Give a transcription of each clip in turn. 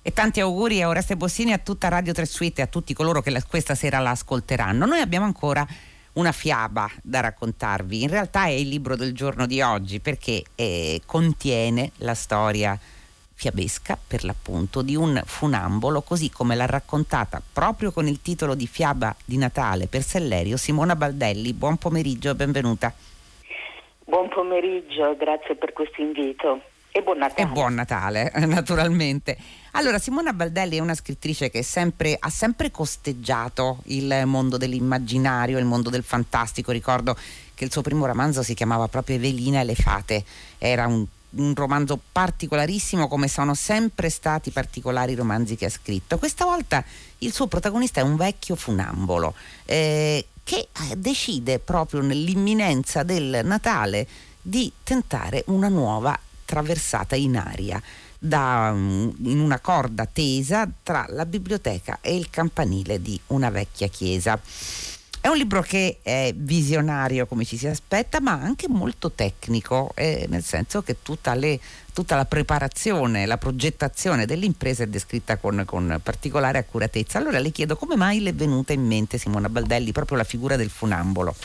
E tanti auguri a Oreste Bossini, a tutta Radio 3 Suite e a tutti coloro che questa sera la ascolteranno. Noi abbiamo ancora una fiaba da raccontarvi. In realtà è il libro del giorno di oggi, perché contiene la storia fiabesca, per l'appunto, di un funambolo, così come l'ha raccontata proprio con il titolo di Fiaba di Natale per Sellerio Simona Baldelli. Buon pomeriggio e benvenuta. Buon pomeriggio, grazie per questo invito. E buon Natale. E buon Natale, naturalmente. Allora, Simona Baldelli è una scrittrice che ha sempre costeggiato il mondo dell'immaginario, il mondo del fantastico. Ricordo che il suo primo romanzo si chiamava proprio Evelina e le fate. Era un romanzo particolarissimo, come sono sempre stati particolari i romanzi che ha scritto. Questa volta il suo protagonista è un vecchio funambolo che decide proprio nell'imminenza del Natale di tentare una nuova traversata in aria in una corda tesa tra la biblioteca e il campanile di una vecchia chiesa. È un libro che è visionario, come ci si aspetta, ma anche molto tecnico, nel senso che tutta la preparazione, la progettazione dell'impresa è descritta con particolare accuratezza. Allora le chiedo come mai le è venuta in mente, Simona Baldelli, proprio la figura del funambolo?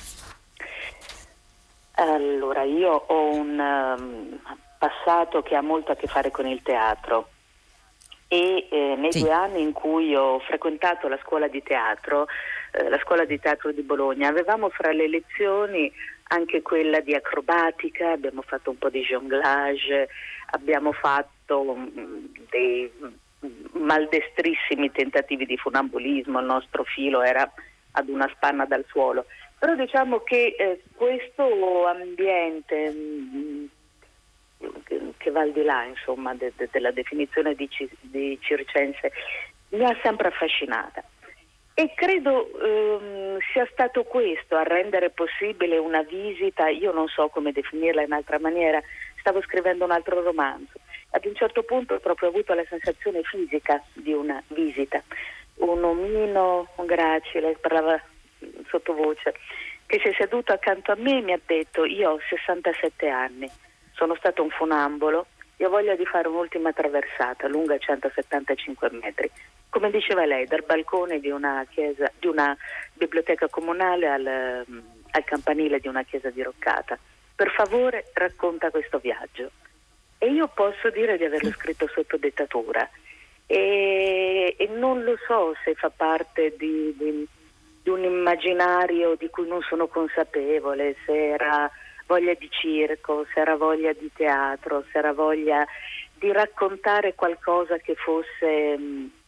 Allora, io ho un passato che ha molto a che fare con il teatro e nei 2 anni in cui ho frequentato la scuola di teatro di Bologna, avevamo fra le lezioni anche quella di acrobatica, abbiamo fatto un po' di jonglage, abbiamo fatto dei maldestrissimi tentativi di funambolismo, il nostro filo era ad una spanna dal suolo. Però diciamo che questo ambiente che va al di là, insomma, della definizione di circense, mi ha sempre affascinata. E credo sia stato questo a rendere possibile una visita, io non so come definirla in altra maniera, stavo scrivendo un altro romanzo. Ad un certo punto ho proprio avuto la sensazione fisica di una visita. Un omino gracile, parlava sottovoce, che si è seduto accanto a me e mi ha detto: io ho 67 anni, sono stato un funambolo e ho voglia di fare un'ultima traversata lunga 175 metri. Come diceva lei, dal balcone di una chiesa, di una biblioteca comunale al campanile di una chiesa diroccata. Per favore, racconta questo viaggio. E io posso dire di averlo scritto sotto dettatura e non lo so se fa parte di un immaginario di cui non sono consapevole, se era voglia di circo, se era voglia di teatro, se era voglia di raccontare qualcosa che fosse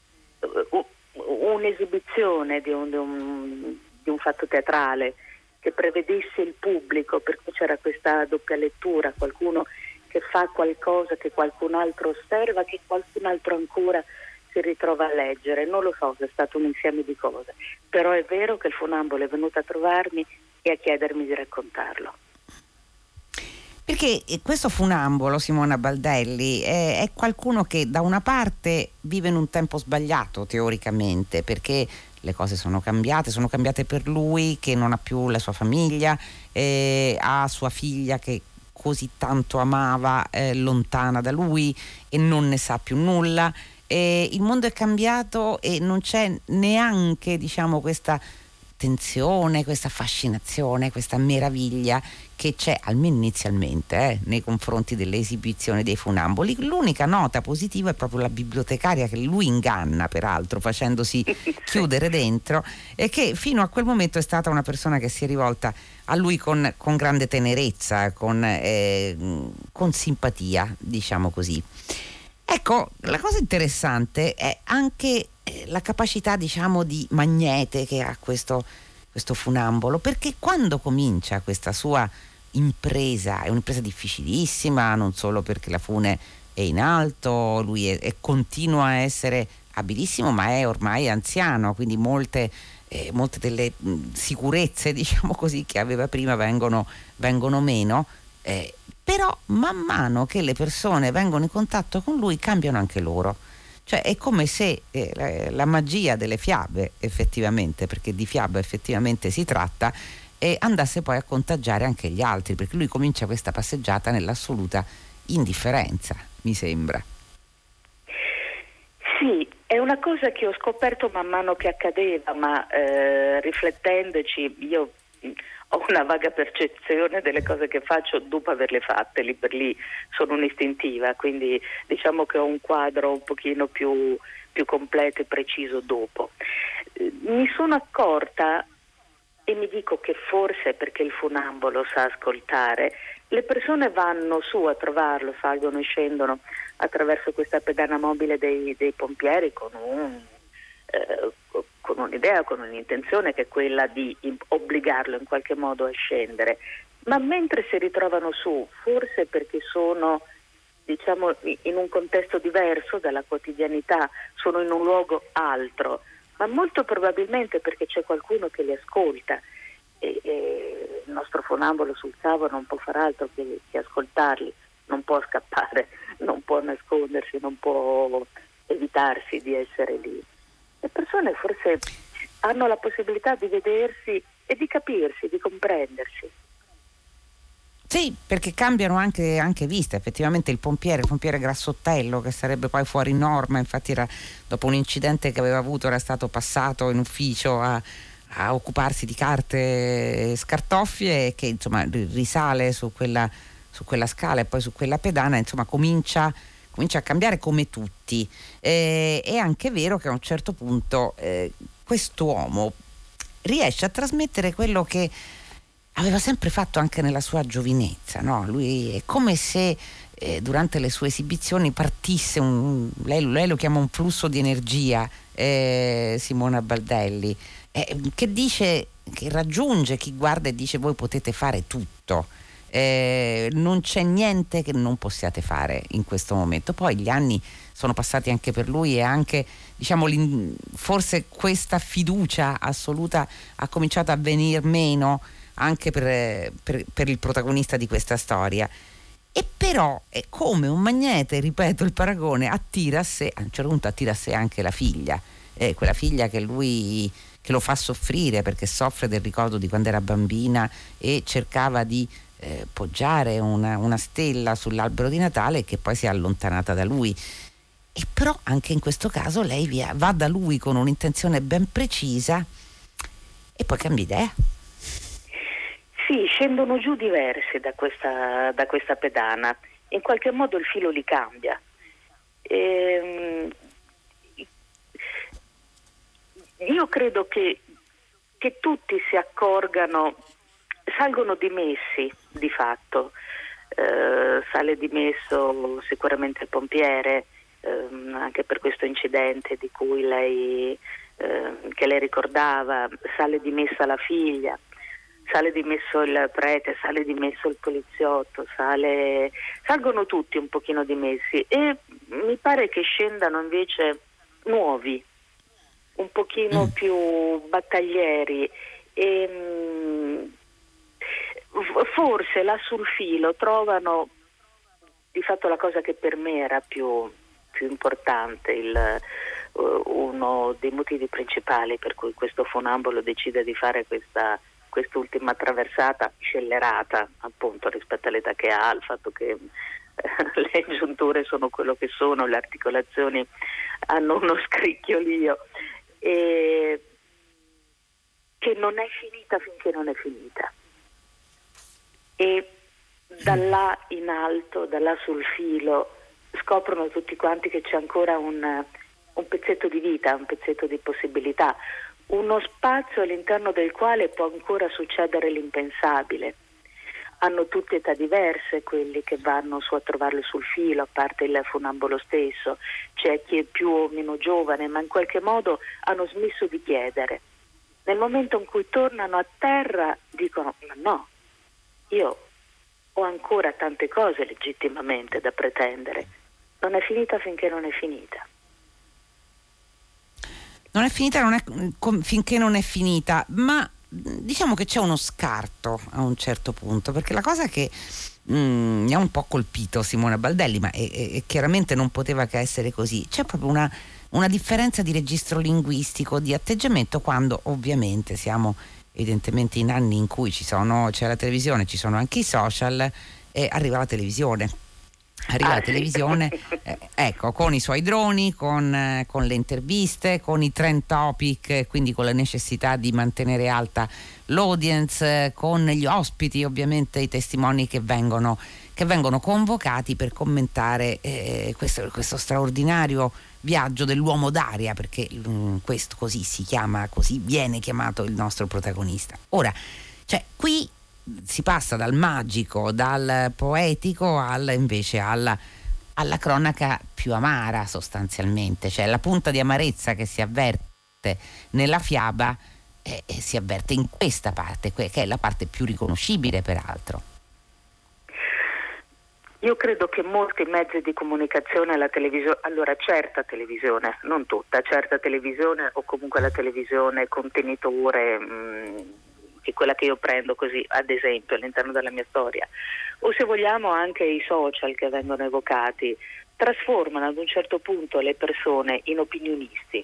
un'esibizione di un fatto teatrale che prevedesse il pubblico, perché c'era questa doppia lettura, qualcuno che fa qualcosa che qualcun altro osserva, che qualcun altro ancora si ritrova a leggere. Non lo so se è stato un insieme di cose, però è vero che il funambolo è venuto a trovarmi e a chiedermi di raccontarlo. Perché questo funambolo, Simona Baldelli, è qualcuno che da una parte vive in un tempo sbagliato teoricamente, perché le cose sono cambiate per lui, che non ha più la sua famiglia, ha sua figlia che così tanto amava, lontana da lui e non ne sa più nulla. Il mondo è cambiato e non c'è neanche, diciamo, questa tensione, questa fascinazione, questa meraviglia che c'è almeno inizialmente nei confronti delle esibizioni dei funamboli. L'unica nota positiva è proprio la bibliotecaria che lui inganna, peraltro, facendosi chiudere dentro, e che fino a quel momento è stata una persona che si è rivolta a lui con grande tenerezza, con simpatia, diciamo così. Ecco, la cosa interessante è anche la capacità, diciamo, di magnete che ha questo funambolo, perché quando comincia questa sua impresa, è un'impresa difficilissima, non solo perché la fune è in alto, lui continua a essere abilissimo, ma è ormai anziano, quindi molte delle sicurezze, diciamo così, che aveva prima vengono meno, però man mano che le persone vengono in contatto con lui cambiano anche loro. Cioè è come se la magia delle fiabe, effettivamente, perché di fiabe effettivamente si tratta, andasse poi a contagiare anche gli altri, perché lui comincia questa passeggiata nell'assoluta indifferenza, mi sembra. Sì, è una cosa che ho scoperto man mano che accadeva, ma riflettendoci io ho una vaga percezione delle cose che faccio dopo averle fatte, lì per lì sono un'istintiva, quindi diciamo che ho un quadro un pochino più completo e preciso dopo. Mi sono accorta e mi dico che forse perché il funambolo sa ascoltare, le persone vanno su a trovarlo, salgono e scendono attraverso questa pedana mobile dei pompieri con un'idea, con un'intenzione che è quella di obbligarlo in qualche modo a scendere, ma mentre si ritrovano su, forse perché sono diciamo in un contesto diverso dalla quotidianità, sono in un luogo altro, ma molto probabilmente perché c'è qualcuno che li ascolta e il nostro funambolo sul cavo non può far altro che ascoltarli, non può scappare, non può nascondersi, non può evitarsi di essere lì. Le persone forse hanno la possibilità di vedersi e di capirsi, di comprendersi. Sì, perché cambiano anche viste. Effettivamente il pompiere Grassottello, che sarebbe poi fuori norma, infatti dopo un incidente che aveva avuto era stato passato in ufficio a occuparsi di carte scartoffie, e che insomma risale su quella scala e poi su quella pedana, insomma comincia a cambiare come tutti. È anche vero che a un certo punto quest'uomo riesce a trasmettere quello che aveva sempre fatto anche nella sua giovinezza, no? Lui è come se durante le sue esibizioni partisse lei lo chiama un flusso di energia, Simona Baldelli, che dice, che raggiunge chi guarda e dice: voi potete fare tutto, non c'è niente che non possiate fare in questo momento. Poi gli anni sono passati anche per lui e anche diciamo forse questa fiducia assoluta ha cominciato a venir meno anche per il protagonista di questa storia. E però è come un magnete, ripeto il paragone, attira a sé, a un certo punto attira a sé anche la figlia, quella figlia che lo fa soffrire perché soffre del ricordo di quando era bambina e cercava di poggiare una stella sull'albero di Natale, che poi si è allontanata da lui. E però anche in questo caso lei va da lui con un'intenzione ben precisa e poi cambia idea. Sì, scendono giù diversi da questa pedana, in qualche modo il filo li cambia. Io credo che tutti si accorgano, salgono dimessi di fatto, sale dimesso sicuramente il pompiere, anche per questo incidente di cui che lei ricordava, sale dimessa la figlia, sale dimesso il prete, sale dimesso il poliziotto, salgono tutti un pochino dimessi e mi pare che scendano invece nuovi, un pochino più battaglieri e forse là sul filo trovano di fatto la cosa che per me era più importante, uno dei motivi principali per cui questo funambolo decide di fare quest'ultima traversata scellerata appunto rispetto all'età che ha, al fatto che le giunture sono quello che sono, le articolazioni hanno uno scricchiolio e che non è finita finché non è finita. E da là in alto, da là sul filo, scoprono tutti quanti che c'è ancora un pezzetto di vita, un pezzetto di possibilità, uno spazio all'interno del quale può ancora succedere l'impensabile. Hanno tutte età diverse quelli che vanno su a trovarlo sul filo, a parte il funambolo stesso. C'è chi è più o meno giovane, ma in qualche modo hanno smesso di chiedere. Nel momento in cui tornano a terra dicono: ma no, io ho ancora tante cose legittimamente da pretendere. Non è finita finché non è finita. Non è finita finché non è finita, ma diciamo che c'è uno scarto a un certo punto, perché la cosa che mi ha un po' colpito Simona Baldelli, ma chiaramente non poteva che essere così, c'è proprio una differenza di registro linguistico, di atteggiamento, quando ovviamente siamo evidentemente in anni in cui c'è la televisione, ci sono anche i social e arriva la televisione. arriva la televisione, ecco, con i suoi droni, con le interviste, con i trend topic, quindi con la necessità di mantenere alta l'audience, con gli ospiti, ovviamente i testimoni che vengono convocati per commentare questo straordinario viaggio dell'uomo d'aria, perché questo così si chiama, così viene chiamato il nostro protagonista. Ora, cioè, qui si passa dal magico, dal poetico invece alla cronaca più amara, sostanzialmente, cioè la punta di amarezza che si avverte nella fiaba si avverte in questa parte, che è la parte più riconoscibile peraltro. Io credo che molti mezzi di comunicazione, la televisione, allora certa televisione, non tutta, certa televisione o comunque la televisione contenitore, che è quella che io prendo così ad esempio all'interno della mia storia, o se vogliamo anche i social che vengono evocati, trasformano ad un certo punto le persone in opinionisti.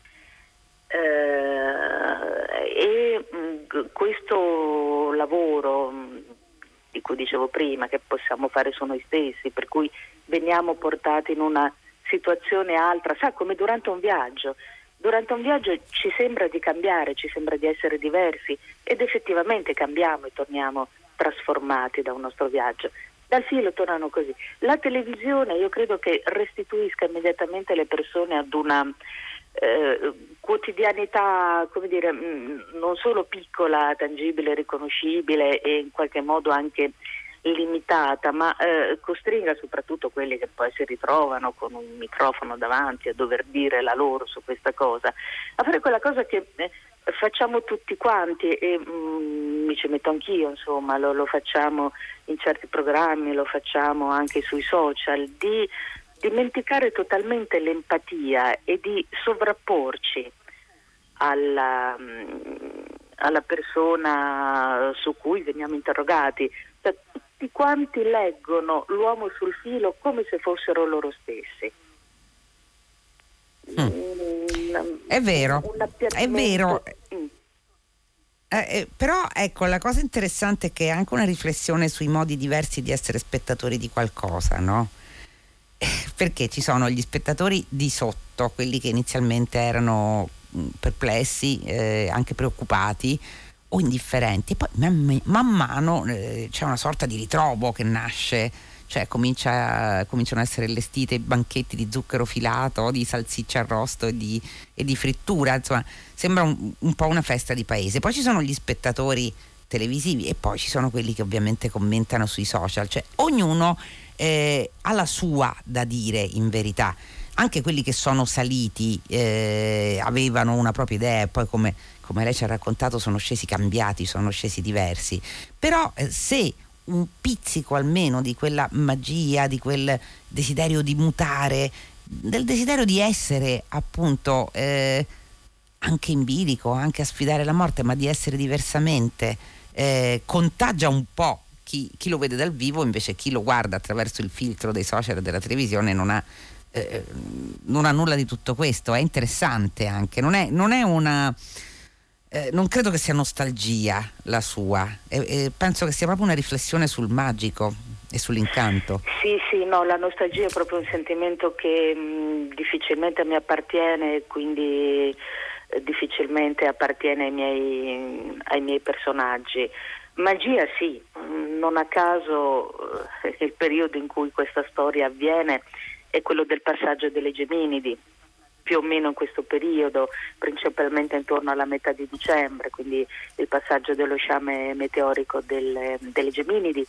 Questo lavoro di cui dicevo prima, che possiamo fare su noi stessi, per cui veniamo portati in una situazione altra, sa, come durante un viaggio. Durante un viaggio ci sembra di cambiare, ci sembra di essere diversi ed effettivamente cambiamo e torniamo trasformati da un nostro viaggio. Dal filo tornano così. La televisione io credo che restituisca immediatamente le persone ad una quotidianità, come dire, non solo piccola, tangibile, riconoscibile e in qualche modo anche limitata, ma costringa soprattutto quelli che poi si ritrovano con un microfono davanti a dover dire la loro su questa cosa, a fare quella cosa che facciamo tutti quanti e mi ci metto anch'io, insomma, lo facciamo in certi programmi, lo facciamo anche sui social, di dimenticare totalmente l'empatia e di sovrapporci alla persona su cui veniamo interrogati. Cioè, tutti quanti leggono l'uomo sul filo come se fossero loro stessi. È vero, è vero. Però ecco, la cosa interessante è che è anche una riflessione sui modi diversi di essere spettatori di qualcosa, no? Perché ci sono gli spettatori di sotto, quelli che inizialmente erano perplessi, anche preoccupati o indifferenti, e poi man mano c'è una sorta di ritrovo che nasce, cioè cominciano a essere allestiti banchetti di zucchero filato, di salsiccia arrosto e di frittura, insomma sembra un po' una festa di paese. Poi ci sono gli spettatori televisivi e poi ci sono quelli che ovviamente commentano sui social, cioè ognuno ha la sua da dire, in verità. Anche quelli che sono saliti avevano una propria idea e poi come lei ci ha raccontato sono scesi cambiati, sono scesi diversi, però se un pizzico almeno di quella magia, di quel desiderio di mutare, del desiderio di essere appunto anche in bilico, anche a sfidare la morte, ma di essere diversamente, contagia un po' chi lo vede dal vivo, invece chi lo guarda attraverso il filtro dei social e della televisione non ha nulla di tutto questo. È interessante anche, non è una non credo che sia nostalgia la sua, penso che sia proprio una riflessione sul magico e sull'incanto. Sì, no, la nostalgia è proprio un sentimento che difficilmente mi appartiene, quindi difficilmente appartiene ai miei personaggi. Magia sì, non a caso il periodo in cui questa storia avviene è quello del passaggio delle Geminidi, più o meno in questo periodo, principalmente intorno alla metà di dicembre, quindi il passaggio dello sciame meteorico delle Geminidi.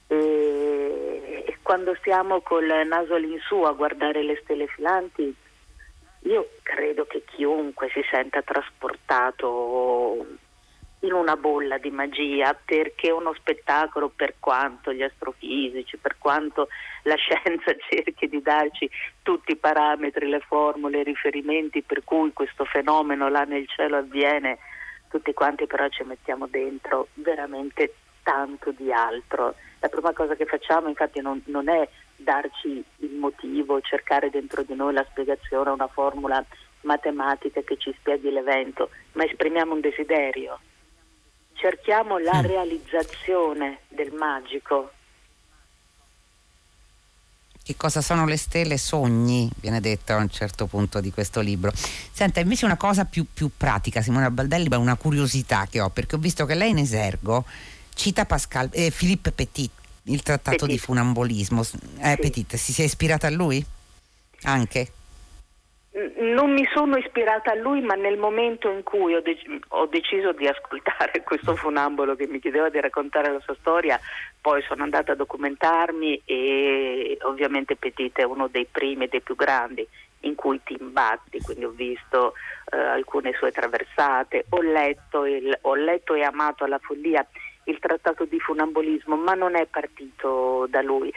E quando stiamo col naso all'insù a guardare le stelle filanti, io credo che chiunque si senta trasportato in una bolla di magia, perché uno spettacolo, per quanto gli astrofisici, per quanto la scienza cerchi di darci tutti i parametri, le formule, i riferimenti per cui questo fenomeno là nel cielo avviene, tutti quanti però ci mettiamo dentro veramente tanto di altro. La prima cosa che facciamo infatti non è darci il motivo, cercare dentro di noi la spiegazione, una formula matematica che ci spieghi l'evento, ma esprimiamo un desiderio. Cerchiamo la realizzazione del magico. Che cosa sono le stelle? Sogni, viene detto a un certo punto di questo libro. Senta, invece una cosa più pratica, Simona Baldelli, ma una curiosità che ho, perché ho visto che lei in esergo cita Philippe Petit, il trattato di funambolismo. Sì. Petit, si è ispirata a lui? Anche? Non mi sono ispirata a lui, ma nel momento in cui ho deciso di ascoltare questo funambolo che mi chiedeva di raccontare la sua storia, poi sono andata a documentarmi e ovviamente Petit è uno dei primi e dei più grandi in cui ti imbatti, quindi ho visto alcune sue traversate, ho letto e amato alla follia il trattato di funambolismo, ma non è partito da lui.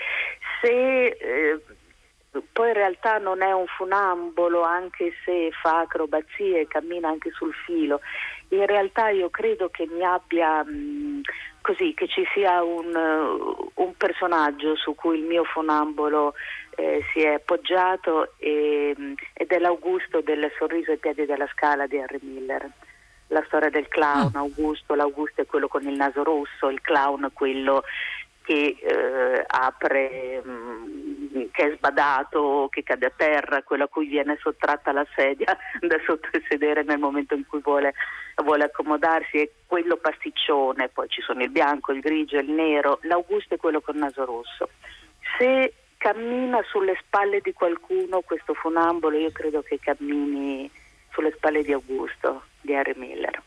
Poi in realtà non è un funambolo, anche se fa acrobazie e cammina anche sul filo. In realtà io credo che mi abbia così, che ci sia un personaggio su cui il mio funambolo si è appoggiato ed è l'Augusto del Sorriso ai piedi della scala di Henry Miller. La storia del clown, l'Augusto è quello con il naso rosso, il clown quello che apre, che è sbadato, che cade a terra, quello a cui viene sottratta la sedia da sotto il sedere nel momento in cui vuole accomodarsi, è quello pasticcione. Poi ci sono il bianco, il grigio, il nero. L'Augusto è quello con il naso rosso. Se cammina sulle spalle di qualcuno questo funambolo, io credo che cammini sulle spalle di Augusto, di Henry Miller.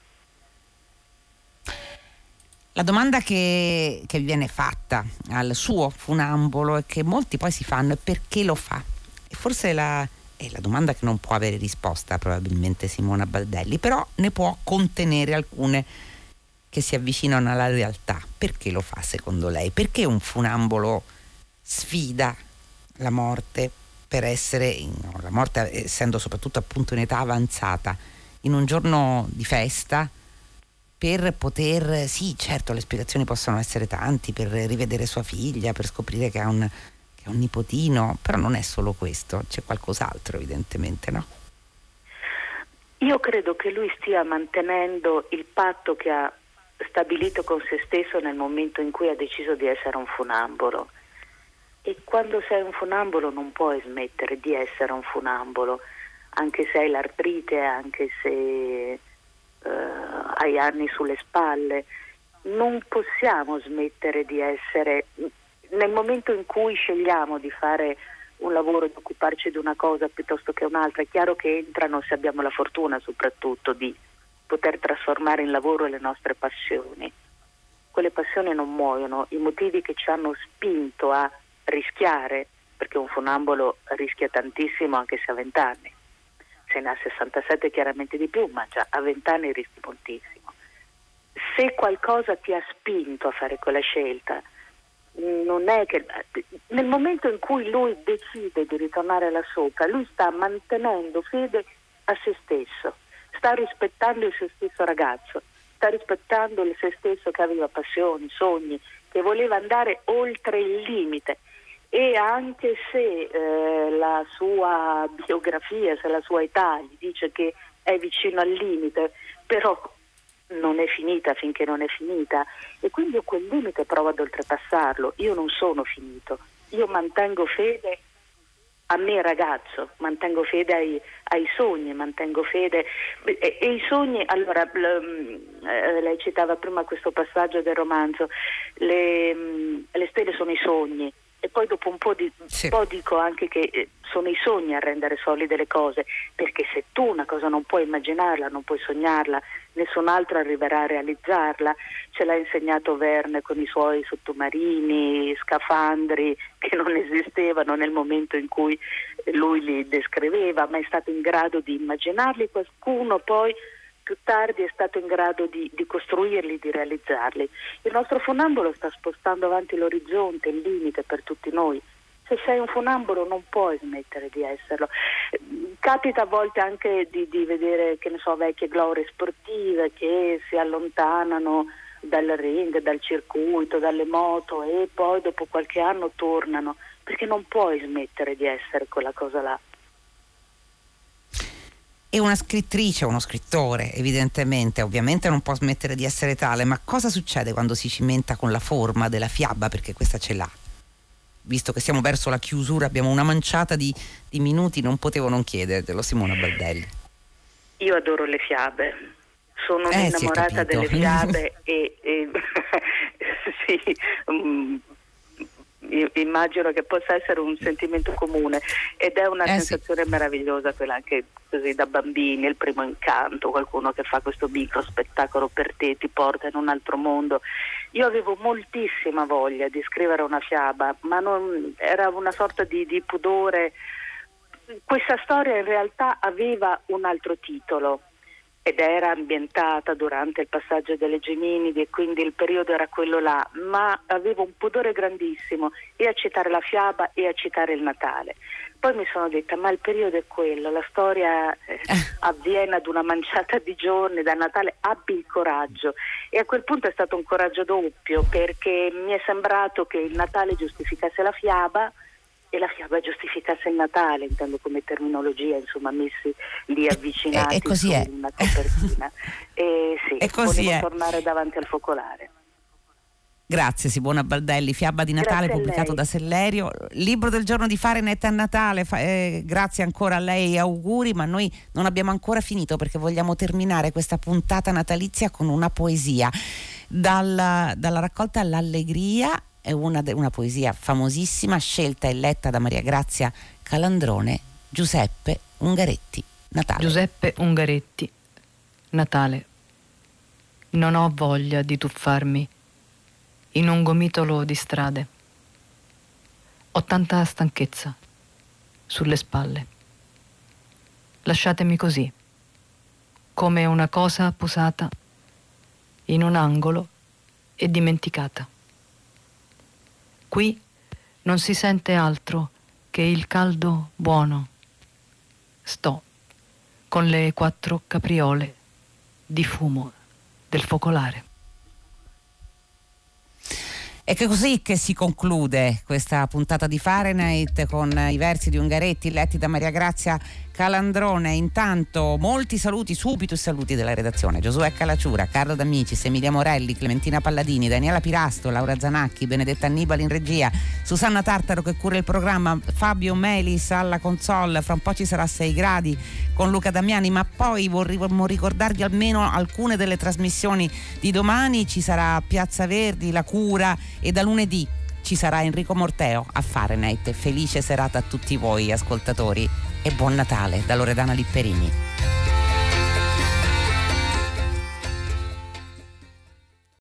La domanda che viene fatta al suo funambolo e che molti poi si fanno è perché lo fa? E forse è la domanda che non può avere risposta probabilmente Simona Baldelli, però ne può contenere alcune che si avvicinano alla realtà. Perché lo fa secondo lei? Perché un funambolo sfida la morte la morte essendo soprattutto appunto in età avanzata, in un giorno di festa, per poter, sì, certo, le spiegazioni possono essere tanti, per rivedere sua figlia, per scoprire che ha un nipotino, però non è solo questo, c'è qualcos'altro evidentemente, no? Io credo che lui stia mantenendo il patto che ha stabilito con se stesso nel momento in cui ha deciso di essere un funambolo. E quando sei un funambolo non puoi smettere di essere un funambolo, anche se hai l'artrite, anche se hai anni sulle spalle. Non possiamo smettere di essere, nel momento in cui scegliamo di fare un lavoro, di occuparci di una cosa piuttosto che un'altra, è chiaro che entrano, se abbiamo la fortuna soprattutto di poter trasformare in lavoro le nostre passioni. Quelle passioni non muoiono, i motivi che ci hanno spinto a rischiare, perché un funambolo rischia tantissimo anche se ha 20 anni. Se ne ha 67 chiaramente di più, ma già a 20 anni rischi moltissimo. Se qualcosa ti ha spinto a fare quella scelta, non è che nel momento in cui lui decide di ritornare là sopra, lui sta mantenendo fede a se stesso, sta rispettando il se stesso ragazzo, sta rispettando il se stesso che aveva passioni, sogni, che voleva andare oltre il limite. E anche se la sua biografia, se la sua età gli dice che è vicino al limite, però non è finita finché non è finita, e quindi io quel limite provo ad oltrepassarlo. Io non sono finito, io mantengo fede a me ragazzo, mantengo fede ai sogni, mantengo fede e i sogni. Allora lei citava prima questo passaggio del romanzo, le stelle sono i sogni. E poi dopo un po' dico anche che sono i sogni a rendere solide le cose, perché se tu una cosa non puoi immaginarla, non puoi sognarla, nessun altro arriverà a realizzarla. Ce l'ha insegnato Verne con i suoi sottomarini, scafandri che non esistevano nel momento in cui lui li descriveva, ma è stato in grado di immaginarli. Qualcuno poi più tardi è stato in grado di costruirli, di realizzarli. Il nostro funambolo sta spostando avanti l'orizzonte, il limite per tutti noi. Se sei un funambolo non puoi smettere di esserlo. Capita a volte anche di vedere, che ne so, vecchie glorie sportive che si allontanano dal ring, dal circuito, dalle moto, e poi dopo qualche anno tornano, perché non puoi smettere di essere quella cosa là. E una scrittrice, uno scrittore, evidentemente, ovviamente non può smettere di essere tale, ma cosa succede quando si cimenta con la forma della fiaba? Perché questa ce l'ha. visto che siamo verso la chiusura, abbiamo una manciata di minuti, non potevo non chiedertelo, Simona Baldelli. Io adoro le fiabe, sono un'innamorata delle fiabe e sì, immagino che possa essere un sentimento comune ed è una sensazione meravigliosa, quella anche così da bambini, il primo incanto, qualcuno che fa questo micro spettacolo per te, ti porta in un altro mondo. Io avevo moltissima voglia di scrivere una fiaba, ma non era una sorta di pudore. Questa storia in realtà aveva un altro titolo ed era ambientata durante il passaggio delle Geminidi e quindi il periodo era quello là, ma avevo un pudore grandissimo e a citare la fiaba e a citare il Natale. Poi mi sono detta, ma il periodo è quello, la storia avviene ad una manciata di giorni da Natale, abbi il coraggio. E a quel punto è stato un coraggio doppio, perché mi è sembrato che il Natale giustificasse la fiaba e la fiaba giustificasse il Natale, intendo come terminologia, insomma, messi lì avvicinati su una copertina. E sì, volevo tornare davanti al focolare. Grazie Simona Baldelli, Fiaba di Natale pubblicato da Sellerio, libro del giorno di Fahrenheit a Natale, grazie ancora a lei e auguri, ma noi non abbiamo ancora finito perché vogliamo terminare questa puntata natalizia con una poesia dalla raccolta L'Allegria. È una poesia famosissima, scelta e letta da Maria Grazia Calandrone. Giuseppe Ungaretti, Natale. Giuseppe Ungaretti, Natale. Non ho voglia di tuffarmi in un gomitolo di strade. Ho tanta stanchezza sulle spalle. Lasciatemi così, come una cosa posata in un angolo e dimenticata. Qui non si sente altro che il caldo buono. Sto con le 4 capriole di fumo del focolare. E che così che si conclude questa puntata di Fahrenheit con i versi di Ungaretti letti da Maria Grazia Calandrone. Intanto molti saluti, subito i saluti della redazione: Giosuè Calacciura, Carlo D'Amicis, Emilia Morelli, Clementina Palladini, Daniela Pirasto, Laura Zanacchi, Benedetta Annibali in regia, Susanna Tartaro che cura il programma, Fabio Melis alla console. Fra un po' ci sarà 6 gradi con Luca Damiani, ma poi vorremmo ricordarvi almeno alcune delle trasmissioni di domani. Ci sarà Piazza Verdi, La Cura, e da lunedì ci sarà Enrico Morteo a Fahrenheit. Felice serata a tutti voi ascoltatori e buon Natale da Loredana Lipperini.